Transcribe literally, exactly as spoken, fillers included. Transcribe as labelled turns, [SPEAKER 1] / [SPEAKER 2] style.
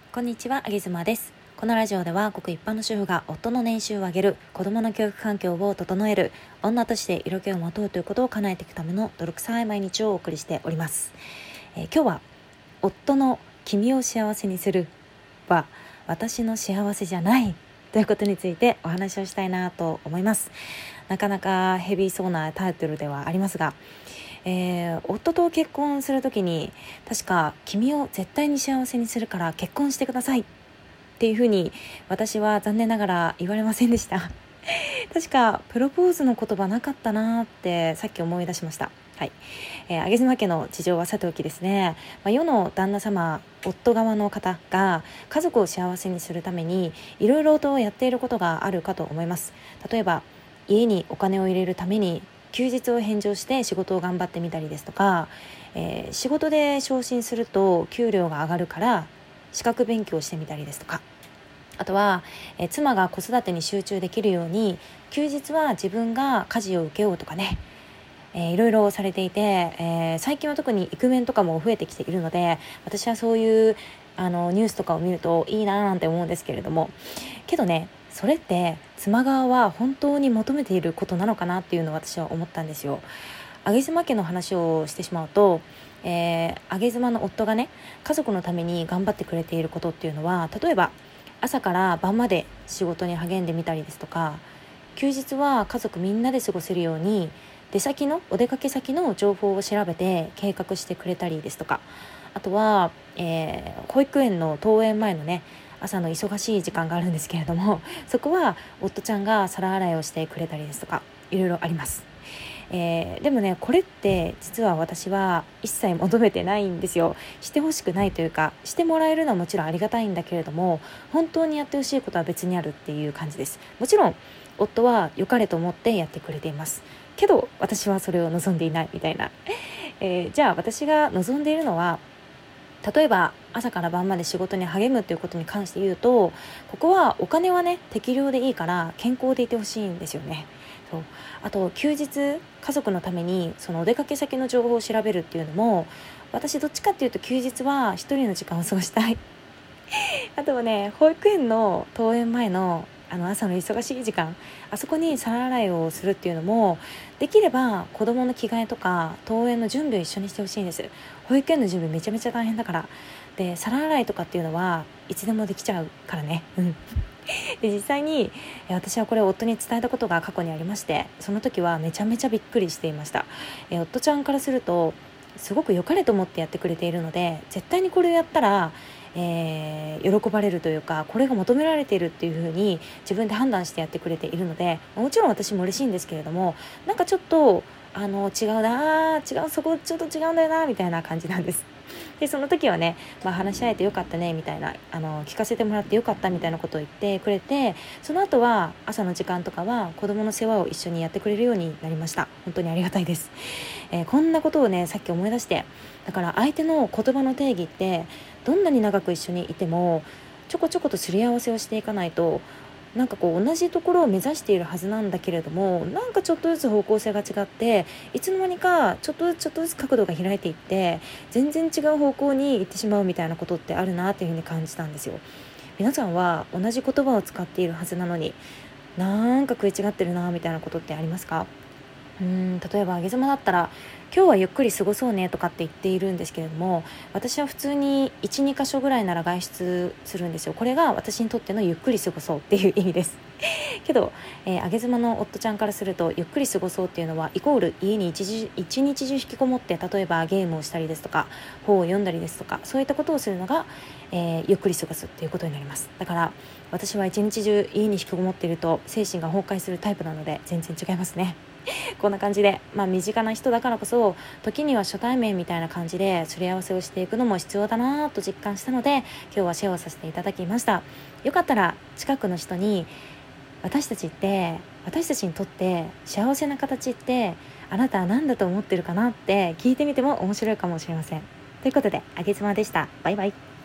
[SPEAKER 1] こんにちは、あげずまです。このラジオではごく一般の主婦が夫の年収を上げる、子供の教育環境を整える、女として色気をまとうということを叶えていくための泥臭い毎日をお送りしております。えー、今日は夫の君を幸せにするは私の幸せじゃないということについてお話をしたいなと思います。なかなかヘビーそうなタイトルではありますが、えー、夫と結婚するときに確か君を絶対に幸せにするから結婚してくださいっていうふうに私は残念ながら言われませんでした確かプロポーズの言葉なかったなってさっき思い出しました。はい、えー、上妻家の事情はさておきですね、まあ、世の旦那様、夫側の方が家族を幸せにするためにいろいろとやっていることがあるかと思います。例えば家にお金を入れるために休日を返上して仕事を頑張ってみたりですとか、えー、仕事で昇進すると給料が上がるから資格勉強してみたりですとか、あとは、えー、妻が子育てに集中できるように休日は自分が家事を請け負うとかね、えー、いろいろされていて、えー、最近は特にイクメンとかも増えてきているので、私はそういうあのニュースとかを見るといいななんて思うんですけれども、けどね、それって妻側は本当に求めていることなのかなっていうのを私は思ったんですよ。上妻家の話をしてしまうと、えー、上妻の夫がね、家族のために頑張ってくれていることっていうのは、例えば朝から晩まで仕事に励んでみたりですとか、休日は家族みんなで過ごせるように出先のお出かけ先の情報を調べて計画してくれたりですとか、あとは、えー、保育園の登園前のね、朝の忙しい時間があるんですけれども、そこは夫ちゃんが皿洗いをしてくれたりですとか、いろいろあります。えー、でもね、これって実は私は一切求めてないんですよ。してほしくないというか、してもらえるのはもちろんありがたいんだけれども、本当にやってほしいことは別にあるっていう感じです。もちろん夫は良かれと思ってやってくれていますけど、私はそれを望んでいないみたいな、えー、じゃあ私が望んでいるのは、例えば朝から晩まで仕事に励むということに関して言うと、ここはお金はね適量でいいから健康でいてほしいんですよね。そう、あと休日家族のためにそのお出かけ先の情報を調べるっていうのも、私どっちかっていうと休日は一人の時間を過ごしたいあとはね、保育園の登園前のあの朝の忙しい時間、あそこに皿洗いをするっていうのも、できれば子供の着替えとか登園の準備を一緒にしてほしいんです。保育園の準備めちゃめちゃ大変だから。で、皿洗いとかっていうのはいつでもできちゃうからね。うんで、実際に私はこれを夫に伝えたことが過去にありまして、その時はめちゃめちゃびっくりしていました。え夫ちゃんからするとすごく良かれと思ってやってくれているので、絶対にこれをやったらえー、喜ばれるというか、これが求められているっていう風に自分で判断してやってくれているので、もちろん私も嬉しいんですけれども、なんかちょっとあの違うな違うそこちょっと違うんだよなみたいな感じなんです。でその時はね、まあ、話し合えてよかったねみたいな、あの聞かせてもらってよかったみたいなことを言ってくれて、その後は朝の時間とかは子供の世話を一緒にやってくれるようになりました。本当にありがたいです。えー、こんなことをねさっき思い出して、だから相手の言葉の定義って、どんなに長く一緒にいてもちょこちょことすり合わせをしていかないと、なんかこう同じところを目指しているはずなんだけれども、なんかちょっとずつ方向性が違って、いつの間にかちょっとずつちょっとずつ角度が開いていって全然違う方向に行ってしまうみたいなことってあるなっていうふうに感じたんですよ。皆さんは同じ言葉を使っているはずなのに、なんか食い違ってるなみたいなことってありますか？うーん例えばあげ妻だったら、今日はゆっくり過ごそうねとかって言っているんですけれども、私は普通に いち,に 箇所ぐらいなら外出するんですよ。これが私にとってのゆっくり過ごそうっていう意味ですけど、えー、あげ妻の夫ちゃんからすると、ゆっくり過ごそうっていうのはイコール家に一日一日中引きこもって、例えばゲームをしたりですとか本を読んだりですとか、そういったことをするのが、えー、ゆっくり過ごすっていうことになります。だから私は一日中家に引きこもっていると精神が崩壊するタイプなので、全然違いますね。こんな感じで、まあ、身近な人だからこそ時には初対面みたいな感じですり合わせをしていくのも必要だなと実感したので、今日はシェアをさせていただきました。よかったら近くの人に、私たちって私たちにとって幸せな形ってあなたは何だと思ってるかなって聞いてみても面白いかもしれません。ということで、あげ妻でした。バイバイ。